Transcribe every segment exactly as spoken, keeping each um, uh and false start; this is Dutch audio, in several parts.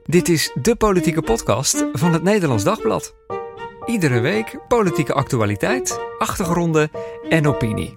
Dit is de politieke podcast van het Nederlands Dagblad. Iedere week politieke actualiteit, achtergronden en opinie.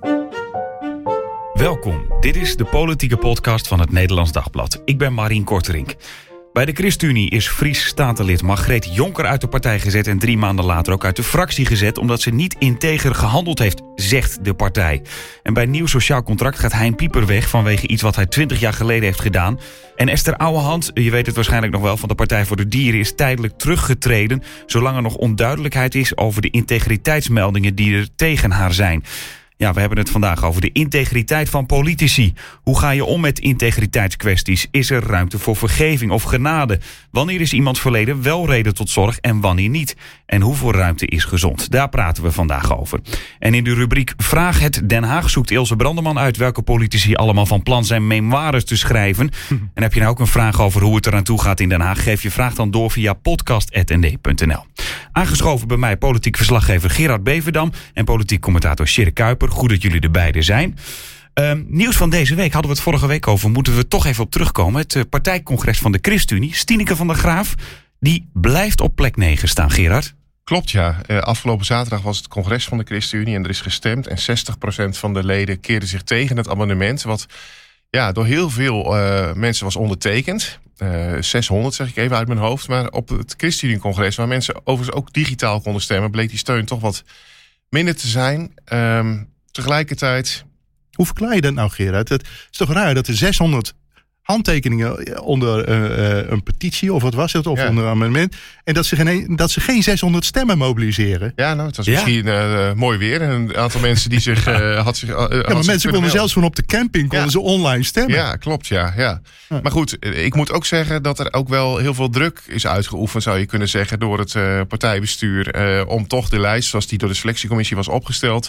Welkom, dit is de politieke podcast van het Nederlands Dagblad. Ik ben Marien Korterink. Bij de ChristenUnie is Fries statenlid Margreet Jonker uit de partij gezet en drie maanden later ook uit de fractie gezet omdat ze niet integer gehandeld heeft, zegt de partij. En bij Nieuw Sociaal Contract gaat Hein Pieper weg vanwege iets wat hij twintig jaar geleden heeft gedaan. En Esther Ouwehand, je weet het waarschijnlijk nog wel van de Partij voor de Dieren, is tijdelijk teruggetreden zolang er nog onduidelijkheid is over de integriteitsmeldingen die er tegen haar zijn. Ja, we hebben het vandaag over de integriteit van politici. Hoe ga je om met integriteitskwesties? Is er ruimte voor vergeving of genade? Wanneer is iemands verleden wel reden tot zorg en wanneer niet? En hoeveel ruimte is gezond? Daar praten we vandaag over. En in de rubriek Vraag het Den Haag zoekt Ilse Brandeman uit welke politici allemaal van plan zijn memoires te schrijven. En heb je nou ook een vraag over hoe het eraan toe gaat in Den Haag? Geef je vraag dan door via podcast punt n d punt n l. Aangeschoven bij mij politiek verslaggever Gerard Beverdam en politiek commentator Sjerre Kuiper. Goed dat jullie er beide zijn. Um, nieuws van deze week hadden we het vorige week over. Moeten we toch even op terugkomen. Het uh, partijcongres van de ChristenUnie. Stieneke van der Graaf, die blijft op plek negen staan, Gerard. Klopt, ja. Uh, afgelopen zaterdag was het congres van de ChristenUnie en er is gestemd. En zestig procent van de leden keerden zich tegen het amendement. Wat ja, door heel veel uh, mensen was ondertekend. Uh, zeshonderd zeg ik even uit mijn hoofd. Maar op het ChristenUnie-congres, waar mensen overigens ook digitaal konden stemmen, bleek die steun toch wat minder te zijn. Um, tegelijkertijd. Hoe verklaar je dat nou, Gerard? Het is toch raar dat er zeshonderd handtekeningen onder uh, een petitie, of wat was het, of ja. onder een amendement, en dat ze, geen, dat ze geen zeshonderd stemmen mobiliseren. Ja, nou, het was ja. misschien uh, mooi weer. En een aantal mensen die zich uh, had zich. Uh, ja, maar had mensen konden zelfs van op de camping konden ja. ze online stemmen. Ja, klopt, ja, ja. ja. Maar goed, ik moet ook zeggen dat er ook wel heel veel druk is uitgeoefend, zou je kunnen zeggen, door het uh, partijbestuur, uh, om toch de lijst, zoals die door de selectiecommissie was opgesteld,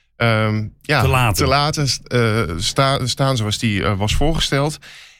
Um, ja, te laten, te laten uh, sta, staan zoals die uh, was voorgesteld.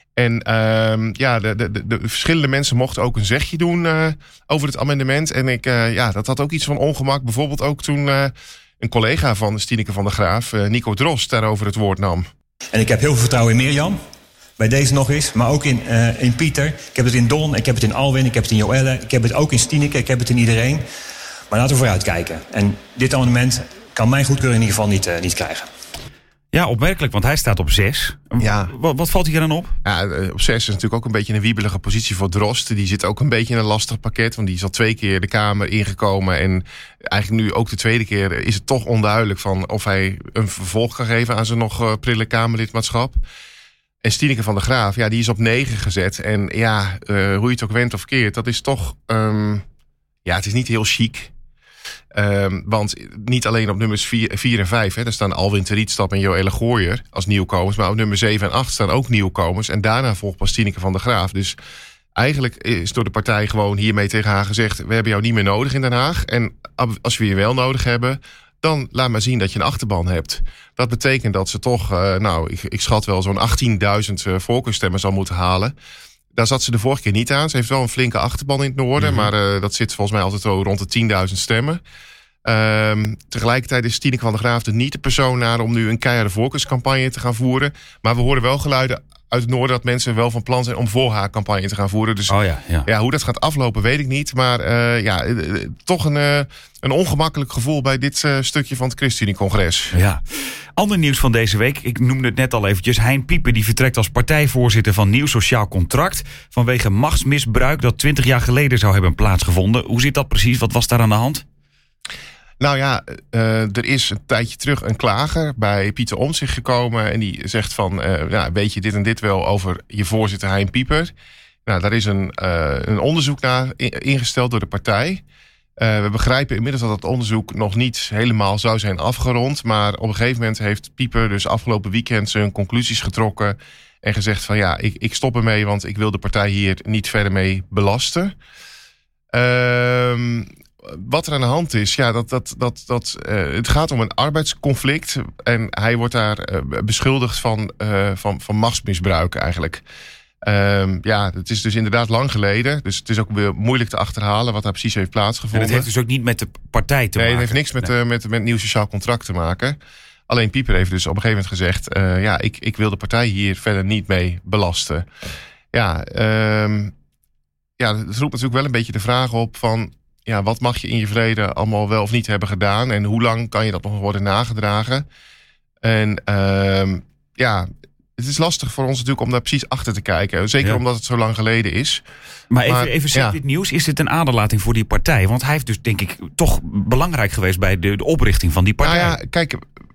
En um, ja, de, de, de, de verschillende mensen mochten ook een zegje doen uh, over het amendement. En ik, uh, ja, dat had ook iets van ongemak. Bijvoorbeeld ook toen uh, een collega van Stieneke van der Graaf, uh, Nico Drost, daarover het woord nam. En ik heb heel veel vertrouwen in Mirjam. Bij deze nog eens, maar ook in, uh, in Pieter. Ik heb het in Don, ik heb het in Alwin, ik heb het in Joelle. Ik heb het ook in Stieneke, ik heb het in iedereen. Maar laten we vooruitkijken. En dit amendement kan mijn goedkeuring in ieder geval niet, uh, niet krijgen. Ja, opmerkelijk, want hij staat op zes. Ja. Wat, wat valt hier dan op? Ja, op zes is natuurlijk ook een beetje een wiebelige positie voor Drost. Die zit ook een beetje in een lastig pakket, want die is al twee keer de Kamer ingekomen. En eigenlijk nu ook de tweede keer is het toch onduidelijk van of hij een vervolg kan geven aan zijn nog uh, prille Kamerlidmaatschap. En Stieneke van der Graaf, ja, die is op negen gezet. En ja, uh, hoe je het ook went of keert, dat is toch, um, ja, het is niet heel chic. Um, want niet alleen op nummers vier en vijf, hè, daar staan Alwin te Rietstap en Joelle Gooijer als nieuwkomers, maar op nummer zeven en acht staan ook nieuwkomers. En daarna volgt pas Stieneke van der Graaf. Dus eigenlijk is door de partij gewoon hiermee tegen haar gezegd, we hebben jou niet meer nodig in Den Haag. En als we je wel nodig hebben, dan laat maar zien dat je een achterban hebt. Dat betekent dat ze toch, uh, nou, ik, ik schat wel zo'n achttienduizend uh, voorkeurstemmen zal moeten halen. Daar zat ze de vorige keer niet aan. Ze heeft wel een flinke achterban in het noorden, mm-hmm. maar uh, dat zit volgens mij altijd zo rond de tienduizend stemmen. Um, tegelijkertijd is Stieneke van der Graaf er niet de persoon naar om nu een keiharde voorkeurscampagne te gaan voeren. Maar we horen wel geluiden uit het noorden dat mensen wel van plan zijn om voor haar campagne te gaan voeren. Dus oh ja, ja. Ja, hoe dat gaat aflopen weet ik niet. Maar uh, ja, uh, toch een, uh, een ongemakkelijk gevoel bij dit uh, stukje van het ChristenUnie-congres. Ja. Ander nieuws van deze week, ik noemde het net al eventjes. Hein Pieper die vertrekt als partijvoorzitter van Nieuw Sociaal Contract vanwege machtsmisbruik dat twintig jaar geleden zou hebben plaatsgevonden. Hoe zit dat precies? Wat was daar aan de hand? Nou ja, uh, er is een tijdje terug een klager bij Pieter Omtzigt gekomen. En die zegt van, uh, ja, weet je dit en dit wel over je voorzitter Hein Pieper? Nou, daar is een, uh, een onderzoek naar ingesteld door de partij. Uh, we begrijpen inmiddels dat het onderzoek nog niet helemaal zou zijn afgerond. Maar op een gegeven moment heeft Pieper dus afgelopen weekend zijn conclusies getrokken. En gezegd van ja, ik, ik stop ermee, want ik wil de partij hier niet verder mee belasten. Ehm... Uh, Wat er aan de hand is, ja, dat, dat, dat, dat, uh, het gaat om een arbeidsconflict. En hij wordt daar uh, beschuldigd van, uh, van, van machtsmisbruik eigenlijk. Um, ja, het is dus inderdaad lang geleden. Dus het is ook weer moeilijk te achterhalen wat daar precies heeft plaatsgevonden. En het heeft dus ook niet met de partij te nee, maken? Nee, het heeft niks met, nee. uh, met, met het nieuw sociaal contract te maken. Alleen Pieper heeft dus op een gegeven moment gezegd, Uh, ja, ik, ik wil de partij hier verder niet mee belasten. Ja, um, ja, het roept natuurlijk wel een beetje de vraag op van, ja, wat mag je in je verleden allemaal wel of niet hebben gedaan en hoe lang kan je dat nog worden nagedragen? En uh, ja, het is lastig voor ons natuurlijk om daar precies achter te kijken. Zeker ja. omdat het zo lang geleden is. Maar even, maar, even zeg ja. dit nieuws. Is dit een aderlating voor die partij? Want hij heeft dus denk ik toch belangrijk geweest bij de, de oprichting van die partij. Nou ja, kijk,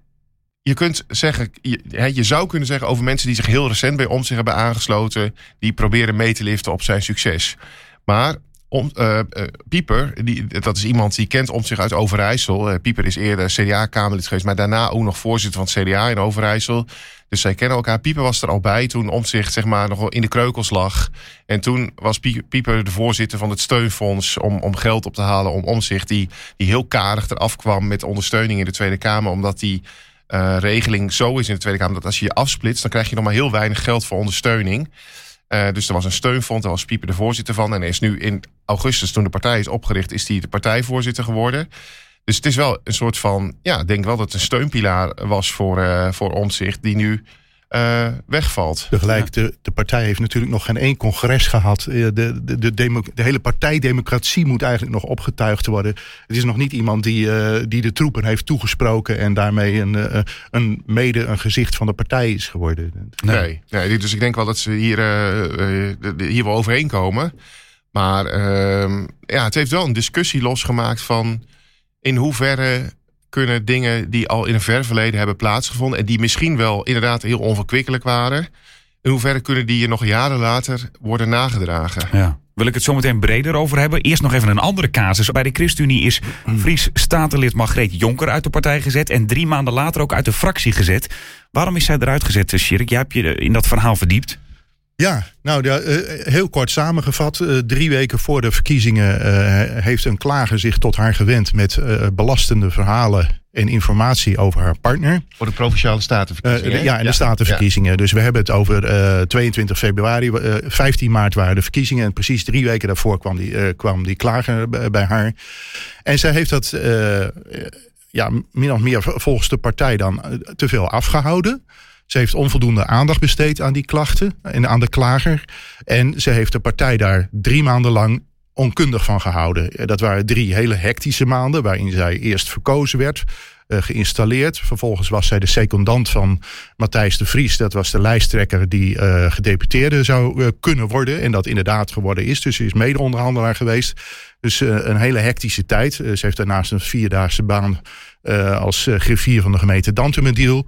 je kunt zeggen, je, je zou kunnen zeggen over mensen die zich heel recent bij Omtzigt hebben aangesloten, die proberen mee te liften op zijn succes. Maar Om, uh, uh, Pieper, die, dat is iemand die kent Omtzigt uit Overijssel. Uh, Pieper is eerder C D A-Kamerlid geweest, maar daarna ook nog voorzitter van het C D A in Overijssel. Dus zij kennen elkaar. Pieper was er al bij toen Omtzigt zeg maar nog in de kreukels lag. En toen was Pieper de voorzitter van het steunfonds om, om geld op te halen om Omtzigt, die, die heel karig eraf kwam met ondersteuning in de Tweede Kamer, omdat die uh, regeling zo is in de Tweede Kamer dat als je je afsplitst, dan krijg je nog maar heel weinig geld voor ondersteuning. Uh, dus er was een steunfonds, daar was Pieper de voorzitter van. En hij is nu in augustus, toen de partij is opgericht, is hij de partijvoorzitter geworden. Dus het is wel een soort van, ja, ik denk wel dat het een steunpilaar was voor, uh, voor Omtzigt, die nu uh, wegvalt. Tegelijk, de, de partij heeft natuurlijk nog geen één congres gehad. De, de, de, demo, de hele partijdemocratie moet eigenlijk nog opgetuigd worden. Het is nog niet iemand die, uh, die de troepen heeft toegesproken en daarmee een, uh, een, mede een gezicht van de partij is geworden. Nee, nee, nee dus ik denk wel dat ze hier, uh, uh, hier wel overheen komen. Maar uh, ja, het heeft wel een discussie losgemaakt van in hoeverre kunnen dingen die al in een ver verleden hebben plaatsgevonden en die misschien wel inderdaad heel onverkwikkelijk waren, in hoeverre kunnen die je nog jaren later worden nagedragen? Ja. Wil ik het zo meteen breder over hebben. Eerst nog even een andere casus. Bij de ChristenUnie is Fries statenlid Margreet Jonker uit de partij gezet en drie maanden later ook uit de fractie gezet. Waarom is zij eruit gezet, Sjerk? Jij hebt je in dat verhaal verdiept. Ja, nou ja, heel kort samengevat. Uh, drie weken voor de verkiezingen uh, heeft een klager zich tot haar gewend met uh, belastende verhalen en informatie over haar partner. Voor de Provinciale Statenverkiezingen? Uh, ja, en de Statenverkiezingen. Ja. Dus we hebben het over uh, tweeëntwintig februari. Uh, vijftien maart waren de verkiezingen. En precies drie weken daarvoor kwam die, uh, kwam die klager bij, bij haar. En zij heeft dat uh, ja, min of meer volgens de partij dan uh, te veel afgehouden. Ze heeft onvoldoende aandacht besteed aan die klachten en aan de klager. En ze heeft de partij daar drie maanden lang onkundig van gehouden. Dat waren drie hele hectische maanden waarin zij eerst verkozen werd, uh, geïnstalleerd. Vervolgens was zij de secondant van Matthijs de Vries. Dat was de lijsttrekker die uh, gedeputeerde zou uh, kunnen worden. En dat inderdaad geworden is. Dus ze is mede-onderhandelaar geweest. Dus uh, een hele hectische tijd. Uh, ze heeft daarnaast een vierdaagse baan uh, als uh, griffier van de gemeente Dantumediel.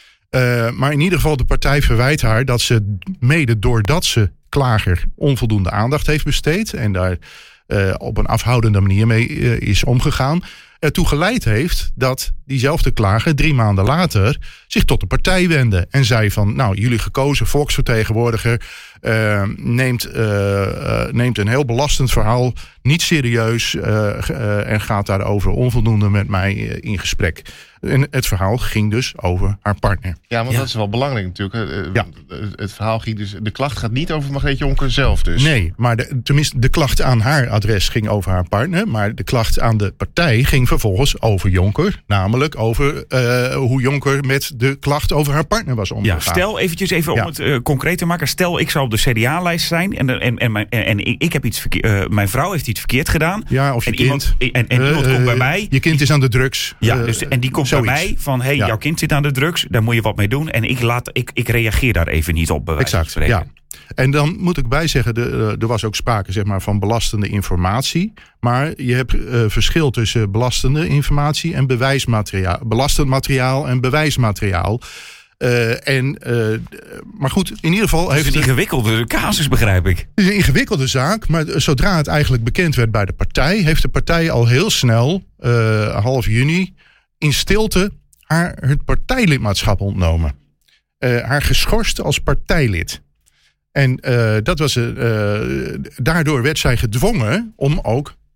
Uh, maar in ieder geval, de partij verwijt haar dat ze mede doordat ze klager onvoldoende aandacht heeft besteed en daar uh, op een afhoudende manier mee uh, is omgegaan, ertoe geleid heeft dat diezelfde klager drie maanden later zich tot de partij wendde en zei van, nou, jullie gekozen volksvertegenwoordiger uh, neemt, uh, uh, neemt een heel belastend verhaal niet serieus uh, uh, en gaat daarover onvoldoende met mij uh, in gesprek. En het verhaal ging dus over haar partner. Ja, want ja. dat is wel belangrijk natuurlijk. Uh, ja. Het verhaal ging dus, de klacht gaat niet over Margreet Jonker zelf dus. Nee, maar de, tenminste de klacht aan haar adres ging over haar partner, maar de klacht aan de partij ging vervolgens over Jonker, namelijk over uh, hoe Jonker met de klacht over haar partner was omgegaan. Ja, stel eventjes even om ja. het uh, concreet te maken. Stel, ik zou op de C D A-lijst zijn en, en, en, mijn, en ik, ik heb iets verkeerd, uh, mijn vrouw heeft iets verkeerd gedaan. Ja, of je en kind. Iemand, en en uh, iemand komt bij mij. Je kind is aan de drugs. Ja, dus, en die komt zoiets. bij mij van, hé, hey, ja. jouw kind zit aan de drugs, daar moet je wat mee doen. En ik, laat, ik, ik reageer daar even niet op, bij wijze van Exact, spreken. ja. En dan moet ik bijzeggen, de, er was ook sprake zeg maar, van belastende informatie. Maar je hebt uh, verschil tussen belastende informatie en bewijsmateriaal. Belastend materiaal en bewijsmateriaal. Uh, en, uh, maar goed, in ieder geval heeft het is een ingewikkelde casus, begrijp ik. Het is een ingewikkelde zaak, maar zodra het eigenlijk bekend werd bij de partij, heeft de partij al heel snel, uh, half juni, in stilte haar het partijlidmaatschap ontnomen. Uh, haar geschorst als partijlid. En uh, dat was, uh, daardoor werd zij gedwongen om ook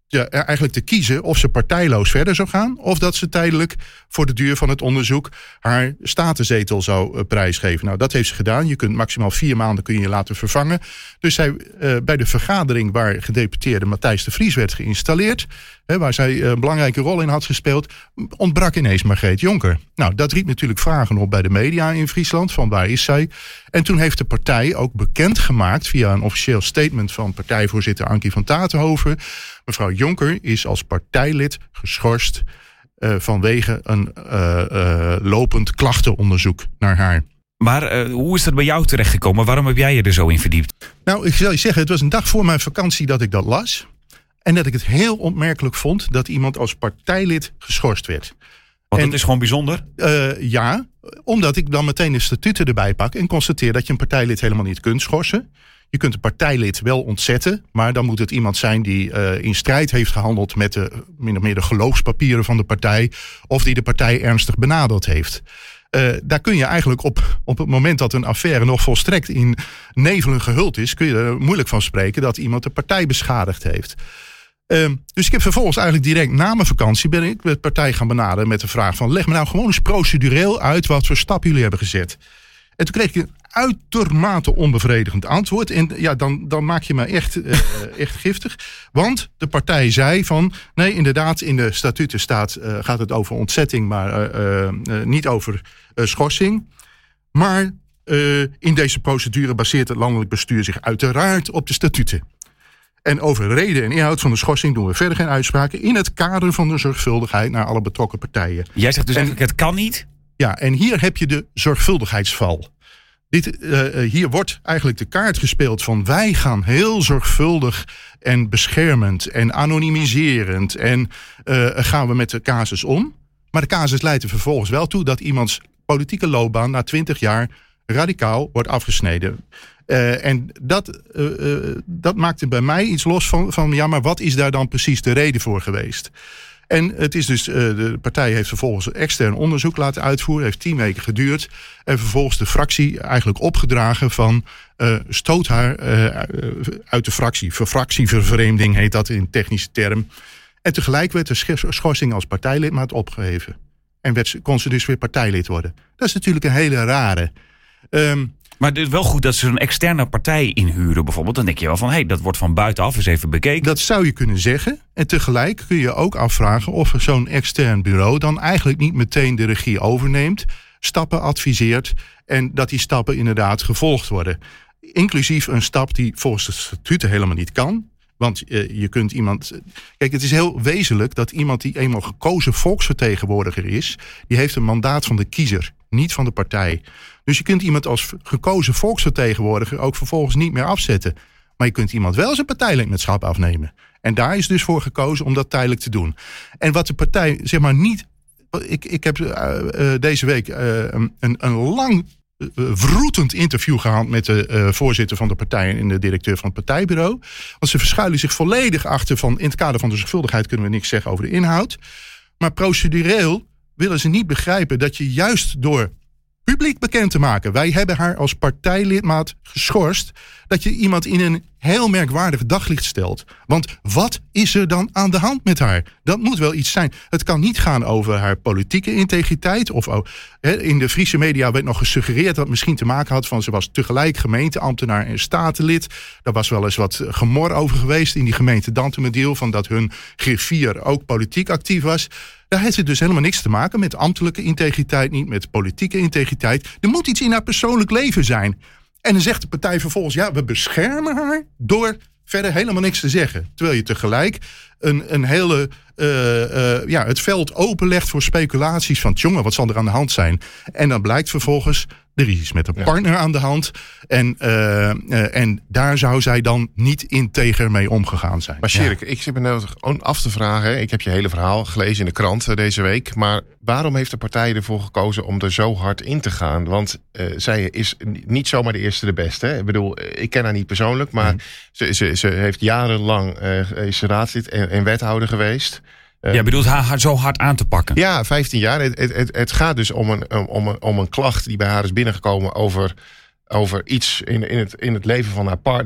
ja, eigenlijk te kiezen of ze partijloos verder zou gaan, of dat ze tijdelijk voor de duur van het onderzoek haar statenzetel zou uh, prijsgeven. Nou, dat heeft ze gedaan. Je kunt maximaal vier maanden kun je, je laten vervangen. Dus zij, uh, bij de vergadering waar gedeputeerde Matthijs de Vries werd geïnstalleerd, hè, waar zij een belangrijke rol in had gespeeld, ontbrak ineens Margreet Jonker. Nou, dat riep natuurlijk vragen op bij de media in Friesland, van waar is zij? En toen heeft de partij ook bekendgemaakt via een officieel statement van partijvoorzitter Ankie van Tatenhoven: mevrouw Jonker is als partijlid geschorst uh, vanwege een uh, uh, lopend klachtenonderzoek naar haar. Maar uh, hoe is dat bij jou terechtgekomen? Waarom heb jij je er zo in verdiept? Nou, ik zal je zeggen, het was een dag voor mijn vakantie dat ik dat las. En dat ik het heel opmerkelijk vond dat iemand als partijlid geschorst werd. Want en, dat is gewoon bijzonder? Uh, ja, omdat ik dan meteen de statuten erbij pak en constateer dat je een partijlid helemaal niet kunt schorsen. Je kunt een partijlid wel ontzetten, maar dan moet het iemand zijn die uh, in strijd heeft gehandeld met de, min of meer de geloofspapieren van de partij, of die de partij ernstig benadeeld heeft. Uh, daar kun je eigenlijk op, op het moment dat een affaire nog volstrekt in nevelen gehuld is, kun je er moeilijk van spreken dat iemand de partij beschadigd heeft. Uh, dus ik heb vervolgens eigenlijk direct na mijn vakantie ben ik de partij gaan benaderen met de vraag van: leg me nou gewoon eens procedureel uit wat voor stap jullie hebben gezet. En toen kreeg ik een uitermate onbevredigend antwoord. En ja, dan, dan maak je me echt, uh, echt giftig. Want de partij zei van: nee, inderdaad, in de statuten staat, uh, gaat het over ontzetting, maar uh, uh, niet over uh, schorsing. Maar uh, in deze procedure baseert het landelijk bestuur zich uiteraard op de statuten. En over reden en inhoud van de schorsing doen we verder geen uitspraken in het kader van de zorgvuldigheid naar alle betrokken partijen. Jij zegt dus en, eigenlijk, het kan niet? Ja, en hier heb je de zorgvuldigheidsval. Dit, uh, hier wordt eigenlijk de kaart gespeeld van: wij gaan heel zorgvuldig en beschermend en anonimiserend en uh, gaan we met de casus om. Maar de casus leidt er vervolgens wel toe dat iemands politieke loopbaan na twintig jaar radicaal wordt afgesneden. Uh, en dat, uh, uh, dat maakte bij mij iets los van, van, ja, maar wat is daar dan precies de reden voor geweest? En het is dus, uh, de partij heeft vervolgens een extern onderzoek laten uitvoeren. Heeft tien weken geduurd. En vervolgens de fractie eigenlijk opgedragen van: uh, stoot haar uh, uit de fractie. Fractievervreemding heet dat in technische term. En tegelijk werd de schorsing als partijlidmaat opgeheven. En werd ze, kon ze dus weer partijlid worden. Dat is natuurlijk een hele rare. Um, Maar het is wel goed dat ze een externe partij inhuren bijvoorbeeld. Dan denk je wel van, hé, hey, dat wordt van buitenaf eens even bekeken. Dat zou je kunnen zeggen. En tegelijk kun je ook afvragen of zo'n extern bureau dan eigenlijk niet meteen de regie overneemt, stappen adviseert en dat die stappen inderdaad gevolgd worden. Inclusief een stap die volgens de statuten helemaal niet kan. Want uh, je kunt iemand. Kijk, het is heel wezenlijk dat iemand die eenmaal gekozen volksvertegenwoordiger is, die heeft een mandaat van de kiezer, niet van de partij. Dus je kunt iemand als gekozen volksvertegenwoordiger ook vervolgens niet meer afzetten. Maar je kunt iemand wel zijn partijlidmaatschap afnemen. En daar is dus voor gekozen om dat tijdelijk te doen. En wat de partij, zeg maar, niet. Ik, ik heb uh, uh, deze week uh, een, een lang uh, wroetend interview gehad met de uh, voorzitter van de partij en de directeur van het partijbureau. Want ze verschuilen zich volledig achter van: in het kader van de zorgvuldigheid kunnen we niks zeggen over de inhoud. Maar procedureel willen ze niet begrijpen dat je juist door publiek bekend te maken: wij hebben haar als partijlidmaat geschorst, dat je iemand in een heel merkwaardig daglicht stelt. Want wat is er dan aan de hand met haar? Dat moet wel iets zijn. Het kan niet gaan over haar politieke integriteit. Of oh, he, in de Friese media werd nog gesuggereerd dat het misschien te maken had van: ze was tegelijk gemeenteambtenaar en statenlid. Daar was wel eens wat gemor over geweest in die gemeente Dantemediel, van dat hun griffier ook politiek actief was. Daar heeft het dus helemaal niks te maken met ambtelijke integriteit, niet met politieke integriteit. Er moet iets in haar persoonlijk leven zijn. En dan zegt de partij vervolgens: ja, we beschermen haar door verder helemaal niks te zeggen. Terwijl je tegelijk een, een hele, uh, uh, ja, het veld openlegt voor speculaties van: jongen, wat zal er aan de hand zijn? En dan blijkt vervolgens: er is iets met een ja. partner aan de hand. En, uh, uh, en daar zou zij dan niet integer mee omgegaan zijn. Maar Sjerik, ja. ik zit me nou af te vragen. Ik heb je hele verhaal gelezen in de krant deze week. Maar waarom heeft de partij ervoor gekozen om er zo hard in te gaan? Want uh, zij is niet zomaar de eerste de beste. Hè? Ik bedoel, ik ken haar niet persoonlijk. Maar mm. ze, ze, ze heeft jarenlang uh, is raadslid en, en wethouder geweest. Jij ja, bedoelt haar, haar zo hard aan te pakken? Ja, vijftien jaar. Het, het, het gaat dus om een, om, een, om een klacht die bij haar is binnengekomen over, over iets in, in, het, in het leven van haar partner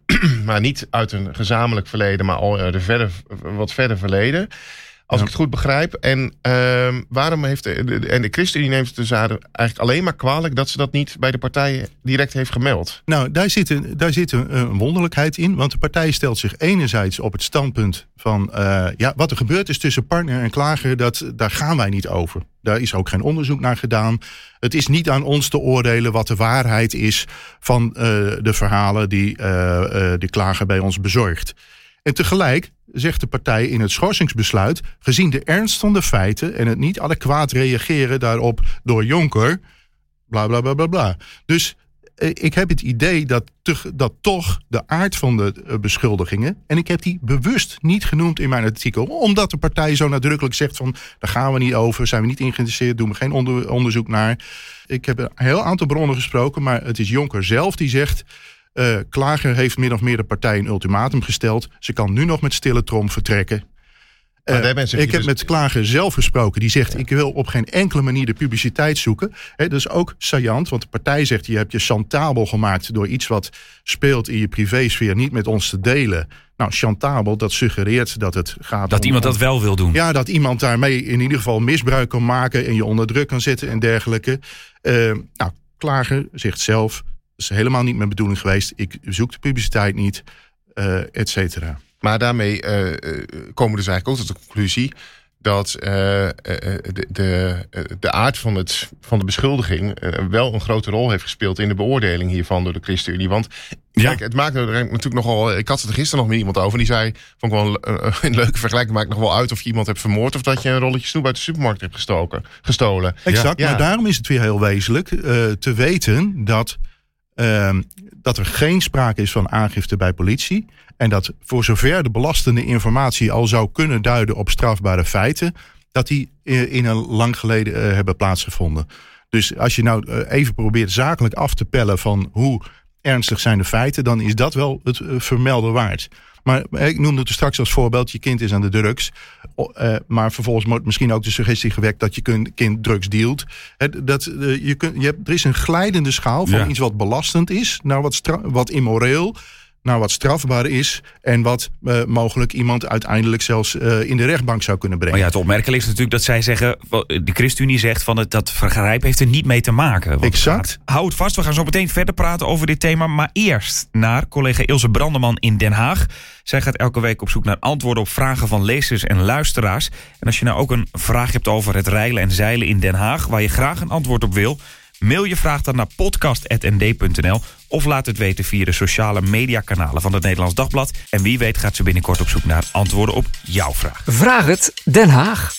maar niet uit een gezamenlijk verleden, maar al uit een verder, wat verder verleden. Als ja. ik het goed begrijp. En uh, waarom heeft de, de, en de ChristenUnie neemt het dus eigenlijk alleen maar kwalijk dat ze dat niet bij de partij direct heeft gemeld? Nou, daar zit een, daar zit een, een wonderlijkheid in. Want de partij stelt zich enerzijds op het standpunt van uh, ja, wat er gebeurd is tussen partner en klager, dat, daar gaan wij niet over. Daar is ook geen onderzoek naar gedaan. Het is niet aan ons te oordelen wat de waarheid is van uh, de verhalen die uh, uh, de klager bij ons bezorgt. En tegelijk zegt de partij in het schorsingsbesluit, gezien de ernst van de feiten en het niet adequaat reageren daarop door Jonker, bla bla bla bla bla. Dus eh, ik heb het idee dat, te, dat toch de aard van de uh, beschuldigingen, en ik heb die bewust niet genoemd in mijn artikel, omdat de partij zo nadrukkelijk zegt van, daar gaan we niet over, zijn we niet in geïnteresseerd, doen we geen onder, onderzoek naar. Ik heb een heel aantal bronnen gesproken, maar het is Jonker zelf die zegt, Uh, klager heeft min of meer de partij een ultimatum gesteld. Ze kan nu nog met stille trom vertrekken. Uh, ik heb dus met klager zelf gesproken. Die zegt, ja. ik wil op geen enkele manier de publiciteit zoeken. He, dat is ook saillant, want de partij zegt, je hebt je chantabel gemaakt door iets wat speelt in je privésfeer niet met ons te delen. Nou, chantabel, dat suggereert dat het gaat Dat om, iemand dat wel wil doen. Ja, dat iemand daarmee in ieder geval misbruik kan maken en je onder druk kan zetten en dergelijke. Uh, nou, klager zegt zelf, dat is helemaal niet mijn bedoeling geweest. Ik zoek de publiciteit niet, uh, et cetera. Maar daarmee uh, komen we dus eigenlijk ook tot de conclusie dat uh, de, de, de aard van, het, van de beschuldiging uh, wel een grote rol heeft gespeeld in de beoordeling hiervan door de ChristenUnie. Want ja. kijk, het maakt natuurlijk nogal. Ik had het er gisteren nog met iemand over en die zei, vond ik wel een, een leuke vergelijking, maakt nog wel uit of je iemand hebt vermoord of dat je een rolletje snoep uit de supermarkt hebt gestoken, gestolen. Exact, ja. maar daarom is het weer heel wezenlijk uh, te weten dat Uh, dat er geen sprake is van aangifte bij politie. En dat voor zover de belastende informatie al zou kunnen duiden op strafbare feiten, dat die in een lang geleden uh, hebben plaatsgevonden. Dus als je nou uh, even probeert zakelijk af te pellen van hoe ernstig zijn de feiten, dan is dat wel het uh, vermelden waard. Maar ik noemde het straks als voorbeeld, je kind is aan de drugs. Uh, maar vervolgens wordt misschien ook de suggestie gewekt dat je kind drugs dealt. He, dat, uh, je kunt, je hebt, er is een glijdende schaal van ja. iets wat belastend is naar wat, stra- wat immoreel, naar wat strafbaar is en wat uh, mogelijk iemand uiteindelijk zelfs uh, in de rechtbank zou kunnen brengen. Maar ja, het opmerkelijk is natuurlijk dat zij zeggen, de ChristenUnie zegt van het, dat vergrijp heeft er niet mee te maken. Want exact. Gaat, hou het vast, we gaan zo meteen verder praten over dit thema. Maar eerst naar collega Ilse Brandeman in Den Haag. Zij gaat elke week op zoek naar antwoorden op vragen van lezers en luisteraars. En als je nou ook een vraag hebt over het reilen en zeilen in Den Haag, waar je graag een antwoord op wil, mail je vraag dan naar podcast punt n d punt n l of laat het weten via de sociale mediakanalen van het Nederlands Dagblad. En wie weet gaat ze binnenkort op zoek naar antwoorden op jouw vraag. Vraag het Den Haag.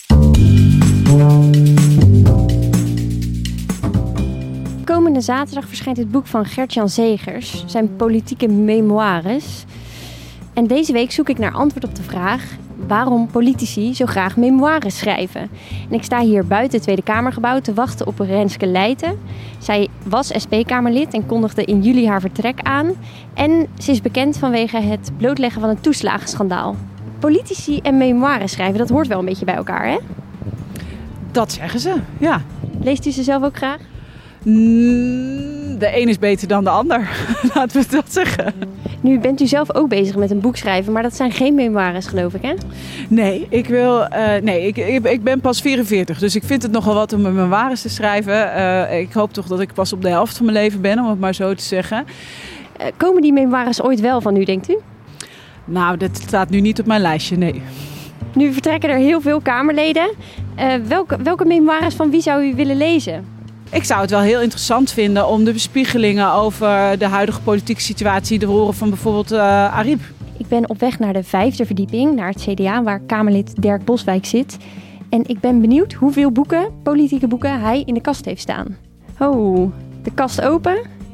Komende zaterdag verschijnt het boek van Gert-Jan Zegers, zijn politieke memoires. En deze week zoek ik naar antwoord op de vraag waarom politici zo graag memoires schrijven. En ik sta hier buiten het Tweede Kamergebouw te wachten op Renske Leijten. Zij was S P-Kamerlid en kondigde in juli haar vertrek aan. En ze is bekend vanwege het blootleggen van een toeslagenschandaal. Politici en memoires schrijven, dat hoort wel een beetje bij elkaar, hè? Dat zeggen ze, ja. Leest u ze zelf ook graag? De een is beter dan de ander, laten we dat zeggen. Nu bent u zelf ook bezig met een boek schrijven, maar dat zijn geen memoires, geloof ik, hè? Nee, ik, wil, uh, nee ik, ik, ik ben pas vierenveertig, dus ik vind het nogal wat om een memoires te schrijven. Uh, ik hoop toch dat ik pas op de helft van mijn leven ben, om het maar zo te zeggen. Uh, komen die memoires ooit wel van u, denkt u? Nou, dat staat nu niet op mijn lijstje, nee. Nu vertrekken er heel veel Kamerleden. Uh, welke, welke memoires van wie zou u willen lezen? Ik zou het wel heel interessant vinden om de bespiegelingen over de huidige politieke situatie te horen van bijvoorbeeld uh, Ariep. Ik ben op weg naar de vijfde verdieping, naar het C D A, waar Kamerlid Dirk Boswijk zit. En ik ben benieuwd hoeveel boeken, politieke boeken, hij in de kast heeft staan. Oh, de kast open.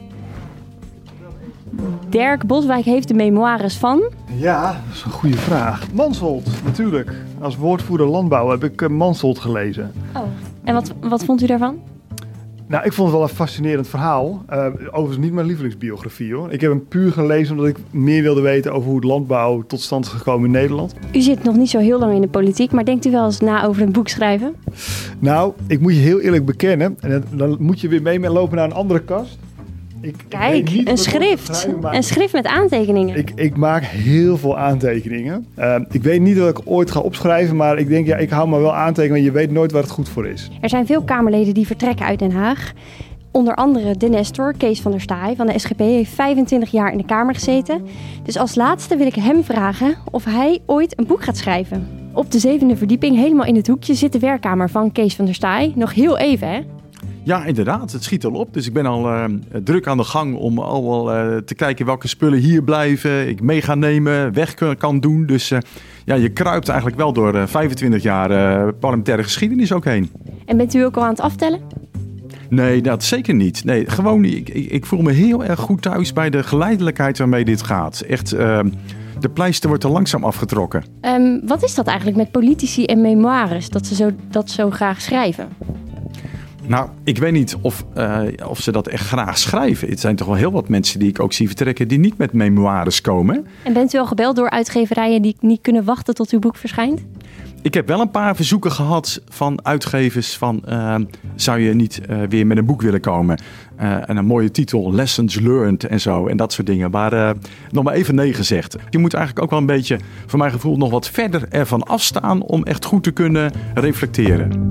Dirk Boswijk heeft de memoires van... Ja, dat is een goede vraag. Mansholt, natuurlijk. Als woordvoerder landbouw heb ik uh, Mansholt gelezen. Oh, en wat, wat vond u daarvan? Nou, ik vond het wel een fascinerend verhaal. Uh, overigens niet mijn lievelingsbiografie, hoor. Ik heb hem puur gelezen omdat ik meer wilde weten over hoe het landbouw tot stand is gekomen in Nederland. U zit nog niet zo heel lang in de politiek, maar denkt u wel eens na over een boek schrijven? Nou, ik moet je heel eerlijk bekennen, en dan moet je weer mee lopen naar een andere kast. Ik, Kijk, ik weet niet een wat ik schrift. schrijven, maar Een schrift met aantekeningen. Ik, ik maak heel veel aantekeningen. Uh, ik weet niet dat ik ooit ga opschrijven, maar ik denk, ja, ik hou maar wel aantekeningen. Je weet nooit waar het goed voor is. Er zijn veel Kamerleden die vertrekken uit Den Haag. Onder andere de Nestor, Kees van der Staaij van de S G P, heeft vijfentwintig jaar in de Kamer gezeten. Dus als laatste wil ik hem vragen of hij ooit een boek gaat schrijven. Op de zevende verdieping, helemaal in het hoekje, zit de werkkamer van Kees van der Staaij. Nog heel even, hè? Ja, inderdaad. Het schiet al op. Dus ik ben al uh, druk aan de gang om al uh, te kijken welke spullen hier blijven. Ik mee ga nemen, weg kan doen. Dus uh, ja, je kruipt eigenlijk wel door uh, vijfentwintig jaar uh, parlementaire geschiedenis ook heen. En bent u ook al aan het aftellen? Nee, dat zeker niet. Nee, gewoon, ik, ik, ik voel me heel erg goed thuis bij de geleidelijkheid waarmee dit gaat. Echt, uh, de pleister wordt er langzaam afgetrokken. Um, wat is dat eigenlijk met politici en memoires, dat ze zo, dat zo graag schrijven? Nou, ik weet niet of, uh, of ze dat echt graag schrijven. Het zijn toch wel heel wat mensen die ik ook zie vertrekken die niet met memoires komen. En bent u al gebeld door uitgeverijen die niet kunnen wachten tot uw boek verschijnt? Ik heb wel een paar verzoeken gehad van uitgevers van uh, zou je niet uh, weer met een boek willen komen? Uh, en een mooie titel, Lessons Learned en zo en dat soort dingen. Maar uh, nog maar even nee gezegd. Je moet eigenlijk ook wel een beetje, voor mijn gevoel, nog wat verder ervan afstaan om echt goed te kunnen reflecteren.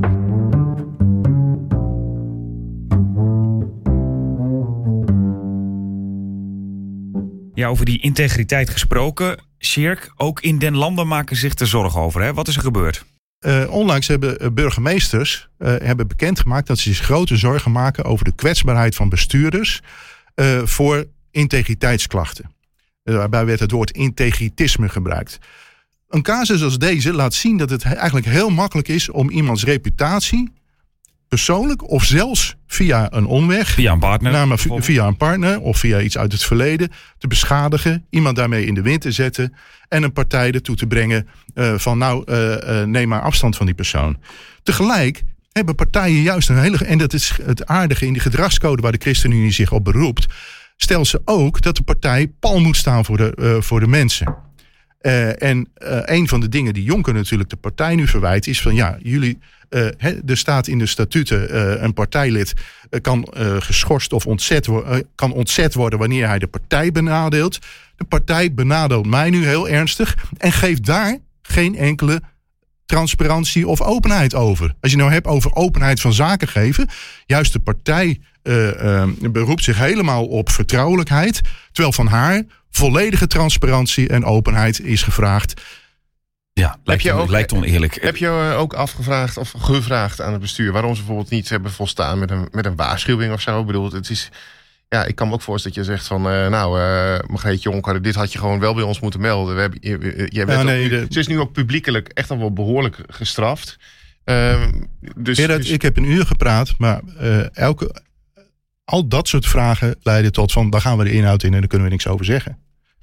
Ja, over die integriteit gesproken. Sjerk, ook in den landen maken zich er zorgen over. Hè? Wat is er gebeurd? Uh, onlangs hebben burgemeesters uh, hebben bekendgemaakt dat ze zich grote zorgen maken over de kwetsbaarheid van bestuurders uh, voor integriteitsklachten. Uh, waarbij werd het woord integritisme gebruikt. Een casus als deze laat zien dat het eigenlijk heel makkelijk is om iemands reputatie persoonlijk of zelfs via een omweg, via een partner, namelijk via een partner of via iets uit het verleden te beschadigen, iemand daarmee in de wind te zetten en een partij ertoe te brengen uh, van nou uh, uh, neem maar afstand van die persoon. Tegelijk hebben partijen juist een hele, en dat is het aardige in die gedragscode waar de ChristenUnie zich op beroept, stelt ze ook dat de partij pal moet staan voor de, uh, voor de mensen. Uh, en uh, een van de dingen die Jonker natuurlijk de partij nu verwijt is van ja, jullie, uh, he, er staat in de statuten uh, een partijlid uh, kan uh, geschorst of ontzet, wo- uh, kan ontzet worden wanneer hij de partij benadeelt. De partij benadeelt mij nu heel ernstig en geeft daar geen enkele transparantie of openheid over. Als je nou hebt over openheid van zaken geven, juist de partij uh, uh, beroept zich helemaal op vertrouwelijkheid, terwijl van haar volledige transparantie en openheid is gevraagd. Ja, lijkt, je ook, lijkt oneerlijk. Heb je ook afgevraagd of gevraagd aan het bestuur waarom ze bijvoorbeeld niet hebben volstaan met een, met een waarschuwing of zo? Ik bedoel, het is, ja, ik kan me ook voorstellen dat je zegt van, uh, nou, uh, Margreet Jonker, dit had je gewoon wel bij ons moeten melden. We hebben, je, je, je ja, nee, ook, de... Ze is nu ook publiekelijk echt al wel behoorlijk gestraft. Uh, dus, Gerard, dus... ik heb een uur gepraat, maar uh, elke, al dat soort vragen leiden tot van, daar gaan we de inhoud in en daar kunnen we niks over zeggen.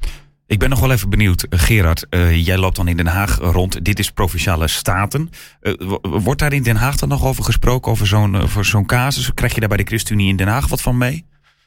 Ik ben nog wel even benieuwd, Gerard, uh, jij loopt dan in Den Haag rond. Dit is Provinciale Staten. Uh, wordt daar in Den Haag dan nog over gesproken, over zo'n, uh, voor zo'n casus? Krijg je daar bij de ChristenUnie in Den Haag wat van mee?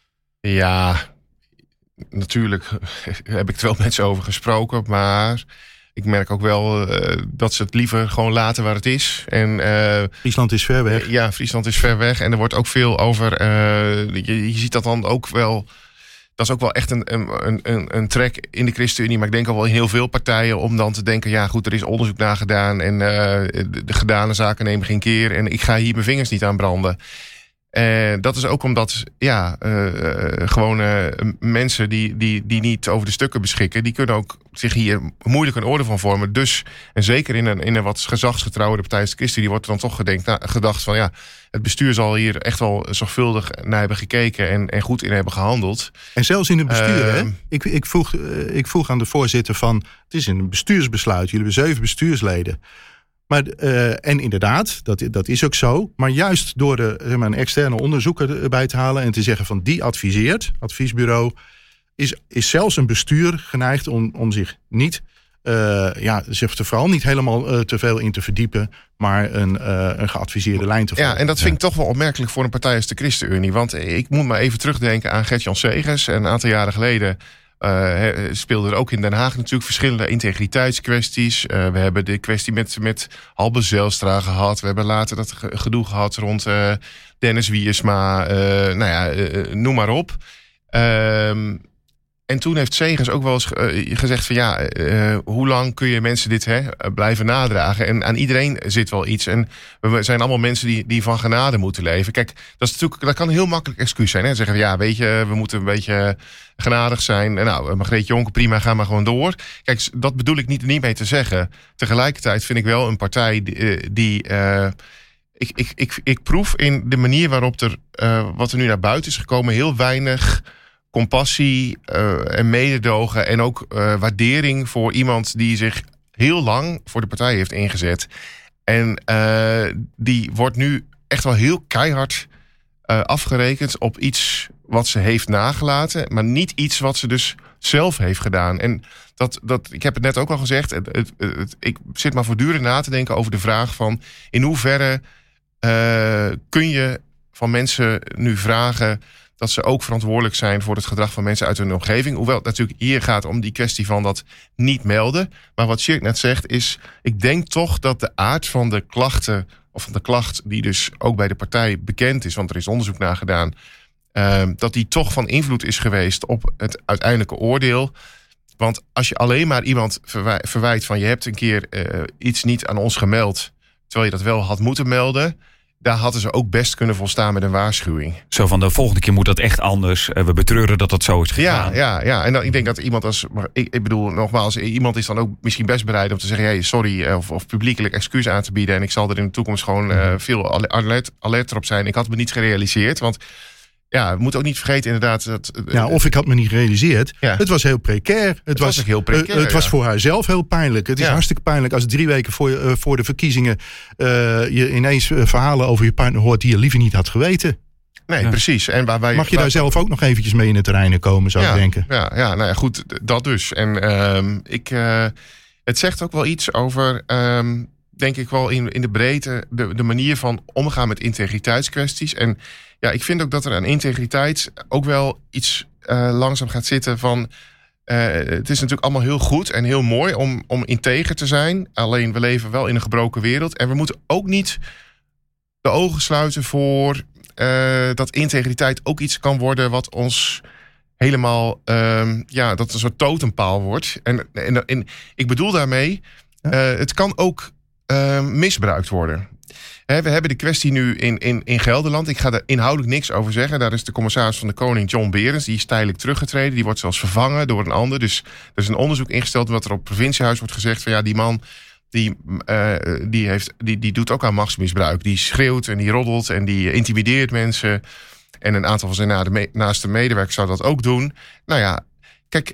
Ja, natuurlijk heb ik er wel met ze over gesproken, maar ik merk ook wel uh, dat ze het liever gewoon laten waar het is. En, uh, Friesland is ver weg. Ja, Friesland is ver weg en er wordt ook veel over, uh, je, je ziet dat dan ook wel. Dat is ook wel echt een, een, een, een trek in de ChristenUnie. Maar ik denk al wel in heel veel partijen om dan te denken, ja goed, er is onderzoek naar gedaan. En uh, de, de gedane zaken nemen geen keer. En ik ga hier mijn vingers niet aan branden. Uh, dat is ook omdat ja, uh, gewoon uh, mensen die, die, die niet over de stukken beschikken, die kunnen ook zich hier moeilijk een orde van vormen. Dus, en zeker in een, in een wat gezagsgetrouwde partij als de ChristenUnie wordt er dan toch gedenkt, nou, gedacht van ja, het bestuur zal hier echt wel zorgvuldig naar hebben gekeken en, en goed in hebben gehandeld. En zelfs in het bestuur, uh, hè? Ik, ik, vroeg, uh, ik vroeg aan de voorzitter van, het is een bestuursbesluit, jullie hebben zeven bestuursleden. Maar, uh, en inderdaad, dat, dat is ook zo. Maar juist door de, zeg maar, een externe onderzoeker erbij te halen en te zeggen van die adviseert, adviesbureau, is, is zelfs een bestuur geneigd om, om zich niet, uh, ja, zich er vooral niet helemaal uh, te veel in te verdiepen, maar een, uh, een geadviseerde lijn te volgen. Ja, en dat vind ik ja. toch wel opmerkelijk voor een partij als de ChristenUnie. Want ik moet maar even terugdenken aan Gert-Jan Segers. Een aantal jaren geleden Uh, speelden er ook in Den Haag natuurlijk verschillende integriteitskwesties. Uh, we hebben de kwestie met, met Halbe Zijlstra gehad. We hebben later dat gedoe gehad rond uh, Dennis Wiersma. Uh, nou ja, uh, noem maar op. Um, en toen heeft Segers ook wel eens uh, gezegd van ja, uh, hoe lang kun je mensen dit hè, blijven nadragen? En aan iedereen zit wel iets. En we zijn allemaal mensen die, die van genade moeten leven. Kijk, dat, is natuurlijk, dat kan een heel makkelijk excuus zijn. Hè? Zeggen ja, weet je, we moeten een beetje genadig zijn. En nou, Margreet Jonker, prima, ga maar gewoon door. Kijk, dat bedoel ik niet, niet mee te zeggen. Tegelijkertijd vind ik wel een partij die... die uh, ik, ik, ik, ik proef in de manier waarop er, uh, wat er nu naar buiten is gekomen, heel weinig compassie uh, en mededogen en ook uh, waardering voor iemand die zich heel lang voor de partij heeft ingezet. En uh, die wordt nu echt wel heel keihard uh, afgerekend op iets wat ze heeft nagelaten, maar niet iets wat ze dus zelf heeft gedaan. En dat, dat, ik heb het net ook al gezegd, het, het, het, ik zit maar voortdurend na te denken over de vraag van in hoeverre uh, kun je van mensen nu vragen dat ze ook verantwoordelijk zijn voor het gedrag van mensen uit hun omgeving. Hoewel het natuurlijk hier gaat om die kwestie van dat niet melden. Maar wat Sjerk net zegt is, ik denk toch dat de aard van de klachten, of van de klacht die dus ook bij de partij bekend is, want er is onderzoek naar gedaan, uh, dat die toch van invloed is geweest op het uiteindelijke oordeel. Want als je alleen maar iemand verwij- verwijt van je hebt een keer uh, iets niet aan ons gemeld, terwijl je dat wel had moeten melden, daar hadden ze ook best kunnen volstaan met een waarschuwing. Zo van de volgende keer moet dat echt anders. We betreuren dat dat zo is gegaan. Ja, ja, ja. En dan, ik denk dat iemand als... Maar ik, ik bedoel, nogmaals, iemand is dan ook misschien best bereid om te zeggen, hey, sorry, of, of publiekelijk excuus aan te bieden. En ik zal er in de toekomst gewoon uh, veel alert, alerter op zijn. Ik had me niet gerealiseerd, want ja, we moeten ook niet vergeten inderdaad dat... Ja, of ik had me niet gerealiseerd. Ja. Het was heel precair. Het, het was, was ook heel precair. Uh, het ja. was voor haar zelf heel pijnlijk. Het is ja. hartstikke pijnlijk als drie weken voor, uh, voor de verkiezingen uh, je ineens uh, verhalen over je partner hoort die je liever niet had geweten. Nee, ja. precies. En waar wij, Mag je waar, daar zelf ook nog eventjes mee in het terrein komen, zou ja, ik denken. Ja, ja, nou ja, goed, dat dus. En uh, ik, uh, het zegt ook wel iets over, um, denk ik wel in, in de breedte, de, de manier van omgaan met integriteitskwesties. En ja, ik vind ook dat er aan integriteit ook wel iets uh, langzaam gaat zitten van, Uh, het is natuurlijk allemaal heel goed en heel mooi om, om integer te zijn. Alleen we leven wel in een gebroken wereld. En we moeten ook niet de ogen sluiten voor uh, dat integriteit ook iets kan worden wat ons helemaal, uh, ja, dat een soort totempaal wordt. En, en, en ik bedoel daarmee, uh, het kan ook uh, misbruikt worden. He, we hebben de kwestie nu in, in, in Gelderland. Ik ga daar inhoudelijk niks over zeggen. Daar is de commissaris van de Koning, John Berens, die is tijdelijk teruggetreden. Die wordt zelfs vervangen door een ander. Dus er is een onderzoek ingesteld wat er op het provinciehuis wordt gezegd van ja, die man die, uh, die, heeft, die, die doet ook aan machtsmisbruik. Die schreeuwt en die roddelt en die intimideert mensen. En een aantal van zijn naaste medewerkers zou dat ook doen. Nou ja, kijk,